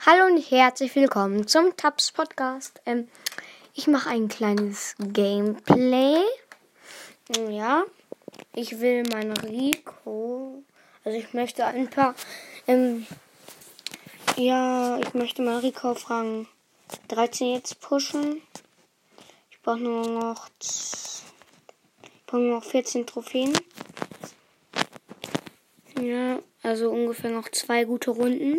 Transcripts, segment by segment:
Hallo und herzlich willkommen zum Tabs Podcast. Ich mache ein kleines Gameplay. Ja, ich will mein Rico, also ich möchte ein paar, ich möchte mal Rico auf Rang 13 jetzt pushen. Ich brauche nur noch 14 Trophäen. Ja, also ungefähr noch 2 gute Runden.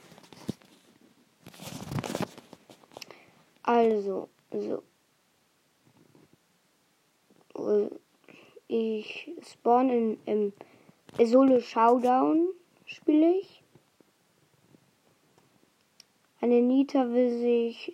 Also, ich spawn im Solo Showdown spiele ich. Eine Nita will sich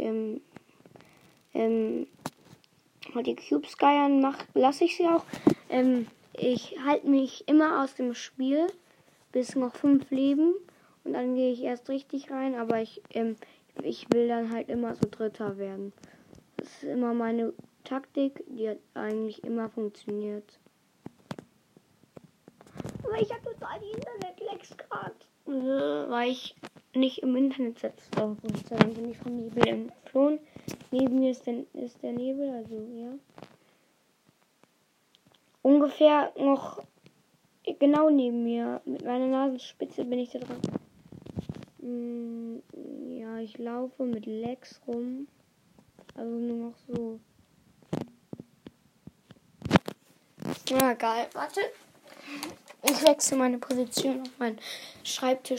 die Cubes geiern, lasse ich sie auch. Ich halte mich immer aus dem Spiel bis noch 5 Leben und dann gehe ich erst richtig rein, aber ich will dann halt immer so Dritter werden. Das ist immer meine Taktik, die hat eigentlich immer funktioniert. Aber ich habe total die Internet-Lags gerade. Weil ich nicht im Internet sitze. Dann bin ich vom Nebel entflohen. Neben mir ist der Nebel, also ja. Ungefähr noch genau neben mir. Mit meiner Nasenspitze bin ich da dran. Ja, ich laufe mit Lags rum. Also nur noch so. Na egal, warte. Ich wechsle meine Position auf meinen Schreibtisch.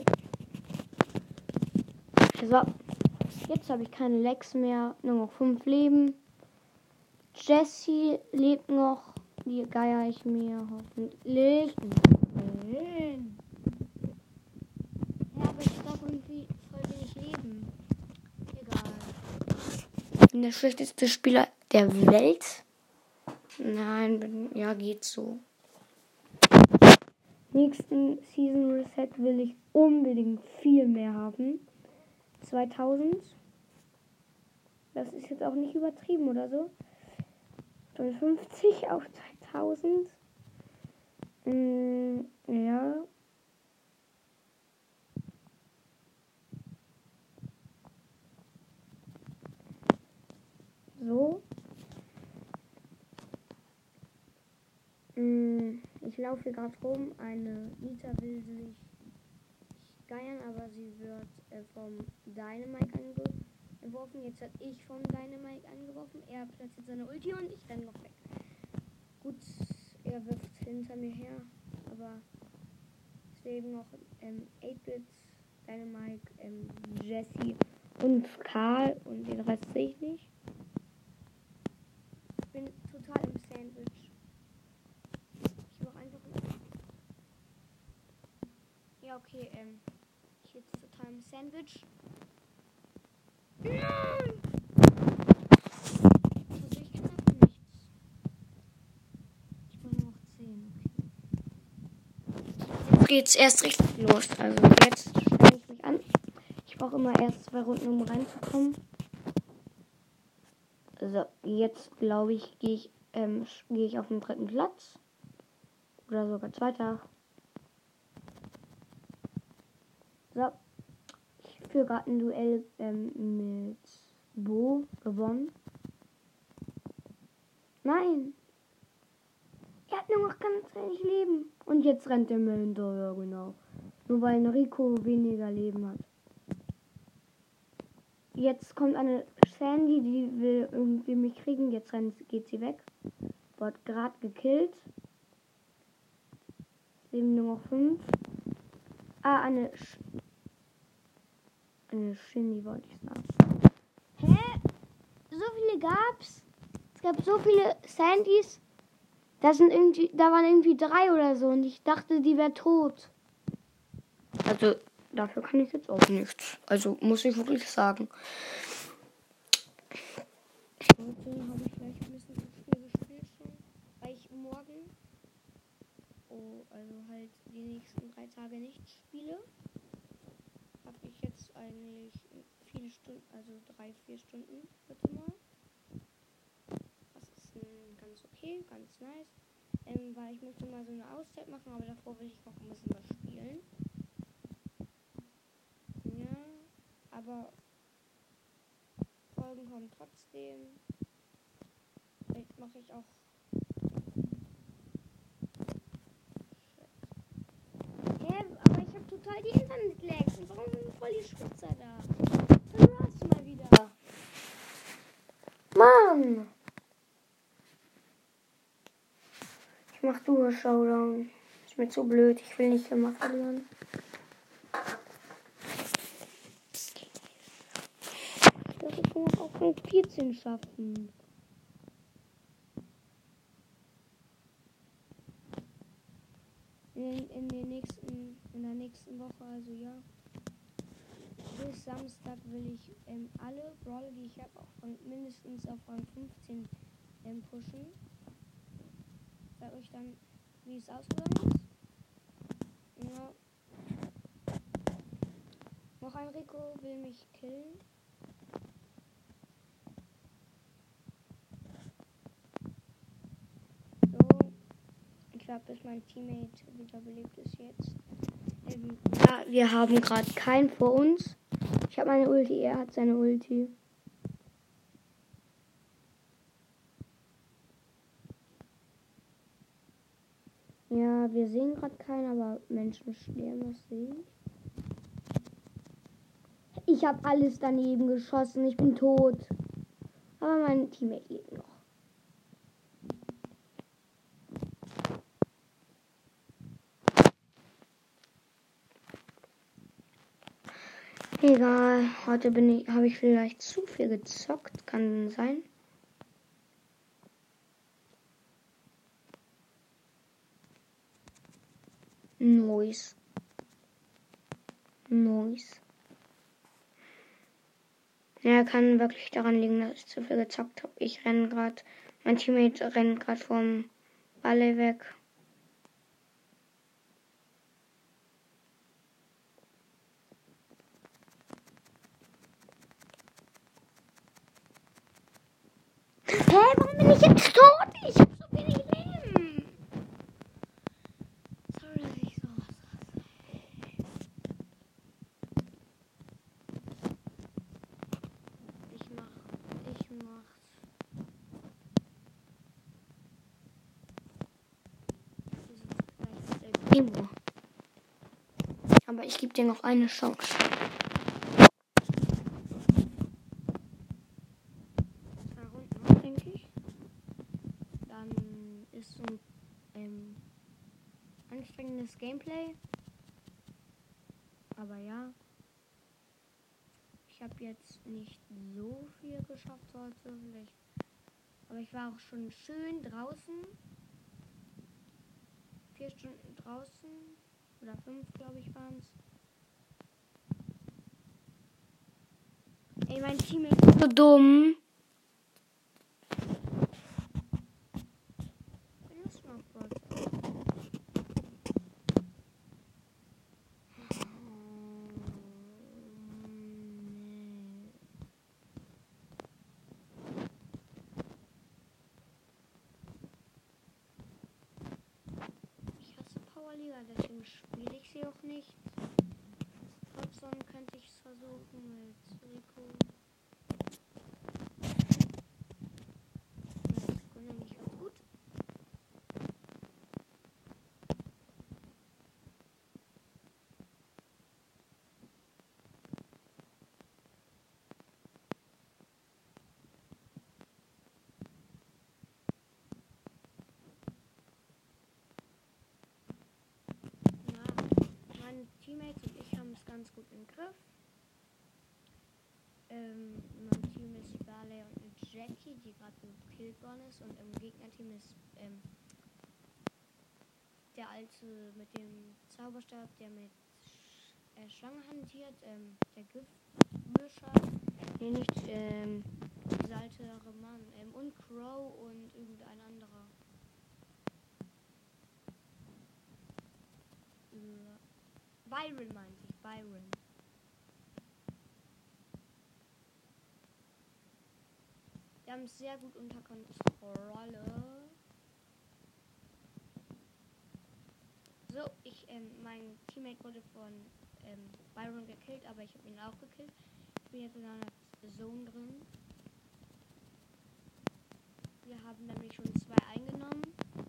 So, jetzt habe ich keine Lags mehr. Nur noch 5 Leben. Jessie lebt noch. Die geier ich mir hoffentlich. Ja, aber ich glaube irgendwie voll wenig Leben. Egal. Ich bin der schlechteste Spieler der Welt. Nein, geht so. Nächsten Season Reset will ich unbedingt viel mehr haben. 2000. Das ist jetzt auch nicht übertrieben oder so. Von 50 auf 2000. Ja. So. Ich laufe hier gerade rum. Eine Nita will sich geiern, aber sie wird vom Dynamite angeworfen. Jetzt hat ich vom Dynamite angeworfen. Er platziert seine Ulti und ich renne noch weg. Gut, er wirft hinter mir her, aber es leben noch 8-Bit, Dynamite, Jessie und Karl und den Rest sehe ich nicht. Ich bin total im Sandwich. Ich mache einfach ja, okay, ich bin jetzt total im Sandwich. Nein! Also ich kann einfach nichts. Ich bin nur noch 10, okay. Jetzt geht's erst richtig los. Also jetzt stelle ich mich an. Ich brauche immer erst 2 Runden, um reinzukommen. So, jetzt glaube ich, gehe ich auf den 3. Platz. Oder sogar 2. So. Ich führe gerade ein Duell mit Bo gewonnen. Nein! Er hat nur noch ganz wenig Leben. Und jetzt rennt er mir hinterher, genau. Nur weil ein Rico weniger Leben hat. Jetzt kommt eine Sandy, die will irgendwie mich kriegen. Jetzt geht sie weg. Wird gerade gekillt. Leben nur noch 5. Eine Shindy wollte ich sagen. Hä? So viele gab's? Es gab so viele Sandys. Da waren irgendwie 3 oder so und ich dachte, die wäre tot. Also, dafür kann ich jetzt auch nichts. Also, muss ich wirklich sagen. Heute habe ich vielleicht ein bisschen zu viel gespielt schon, weil ich morgen, also halt die nächsten 3 Tage nicht spiele. Habe ich jetzt eigentlich viele Stunden, also 3-4 Stunden bitte mal. Das ist ganz okay, ganz nice. Weil ich möchte mal so eine Auszeit machen, aber davor will ich noch ein bisschen was spielen. Ja. aber Folgen kommen trotzdem. Vielleicht mache ich auch. Hä? Aber ich habe total die Internet-Lags. Und warum sind voll die Spitzer da? Dann war's mal wieder. Mann! Ich mach Duo-Showdown. Ist mir zu blöd. Ich will nicht immer verlieren. Das ist noch auf Rang 14 schaffen. In der nächsten Woche, also ja. Bis Samstag will ich alle Brawler, die ich habe, auch von mindestens auf Rang 15 pushen. Ich sag euch dann, wie es ausgegangen ist. Ja. Noch ein Rico will mich killen. So. Ich glaube, bis mein Teammate wiederbelebt ist jetzt. Ja, wir haben gerade keinen vor uns. Ich habe meine Ulti, er hat seine Ulti. Ja, wir sehen gerade keinen, aber Menschen sterben, das sehe ich. Ich habe alles daneben geschossen, ich bin tot. Aber mein Teammate lebt noch. Egal, heute habe ich vielleicht zu viel gezockt, kann sein. Nice. Ja, kann wirklich daran liegen, dass ich zu viel gezockt habe. Ich renne gerade, mein Teammate rennt gerade vom Ball weg. Hä, warum bin ich jetzt tot? Ich hab so wenig Leben. Sorry, dass ich sowas hasse. Ich mach's. Primo. Aber ich gebe dir noch eine Chance. Denke ich. Dann ist so ein anstrengendes Gameplay. Aber ja. Ich habe jetzt nicht so viel geschafft heute. Vielleicht. Aber ich war auch schon schön draußen. 4 Stunden draußen. Oder 5, glaube ich, waren es. Ey, mein Team ist so dumm. Ich hasse Powerliga, deswegen spiele ich sie auch nicht. Trotzdem könnte ich es versuchen mit Rico. Sekunde, nicht ganz gut. Meine Teammates und ich haben es ganz gut im Griff. Mein Team ist Barley und eine Jackie, die gerade gekillt worden ist. Und im Gegnerteam ist der Alte mit dem Zauberstab, der mit Schlange hantiert, der Giftmischer. Nee, nicht dieser ältere Mann. Und Crow und irgendein anderer. Byron meinte ich, Byron. Wir haben es sehr gut unter Kontrolle. So, mein Teammate wurde von Byron gekillt, aber ich habe ihn auch gekillt. bin jetzt in einer Zone drin. Wir haben nämlich schon 2 eingenommen.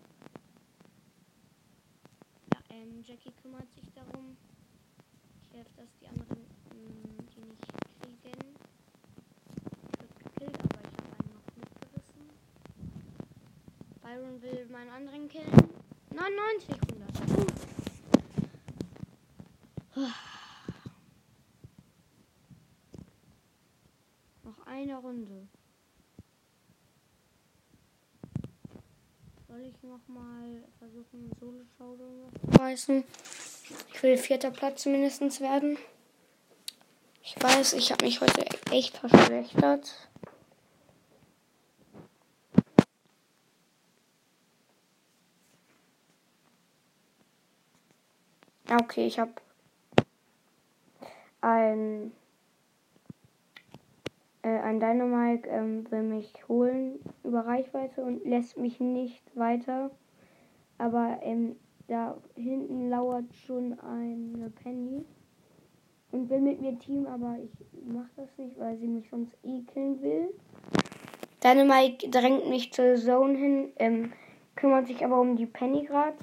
Ja, Jackie kümmert sich darum. Ich helfe, dass die anderen die nicht kriegen. Ich wird gekillt, aber ich habe einen noch mitgerissen. Byron will meinen anderen killen. 99, 100. Noch eine Runde. Soll ich nochmal versuchen, Solo-Showdown zu reißen? Ich will 4. Platz mindestens werden. Ich weiß, ich habe mich heute echt verschlechtert. Okay, ich habe ein Dynamite will mich holen über Reichweite und lässt mich nicht weiter. Aber da hinten lauert schon eine Penny und will mit mir Team, aber ich mache das nicht, weil sie mich sonst killen will. Dynamite drängt mich zur Zone hin, kümmert sich aber um die Penny gerade.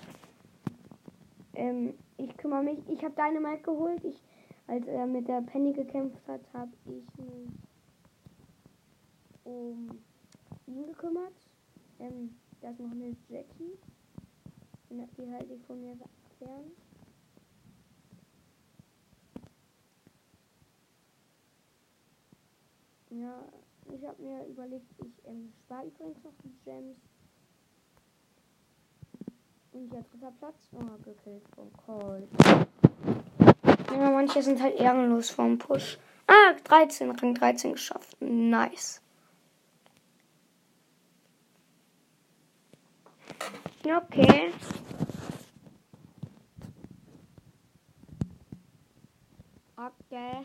Ich kümmere mich, ich habe Dynamite geholt. Als er mit der Penny gekämpft hat, habe ich mich um ihn gekümmert. Da ist noch eine Jackie. Die halte ich von mir fern. Ja, ich habe mir überlegt, ich spare übrigens noch die Gems. Und ja, 3. Platz. Oh, gekillt von Colt. Ja, manche sind halt ehrenlos vom Push. Ah, 13, Rang 13 geschafft. Nice. Okay. Okay.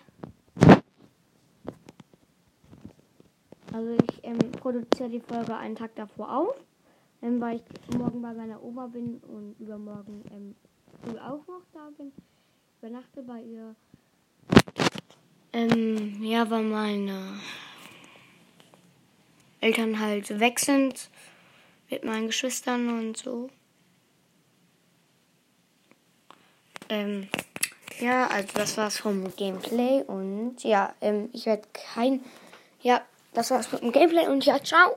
Also ich produziere die Folge einen Tag davor auf, weil ich morgen bei meiner Oma bin und übermorgen früh auch noch da bin. Übernachte bei ihr. Ja, weil meine Eltern halt weg sind mit meinen Geschwistern und so. Ja, also das war's vom Gameplay und ja, ich werde das war's mit dem Gameplay und ja, ciao.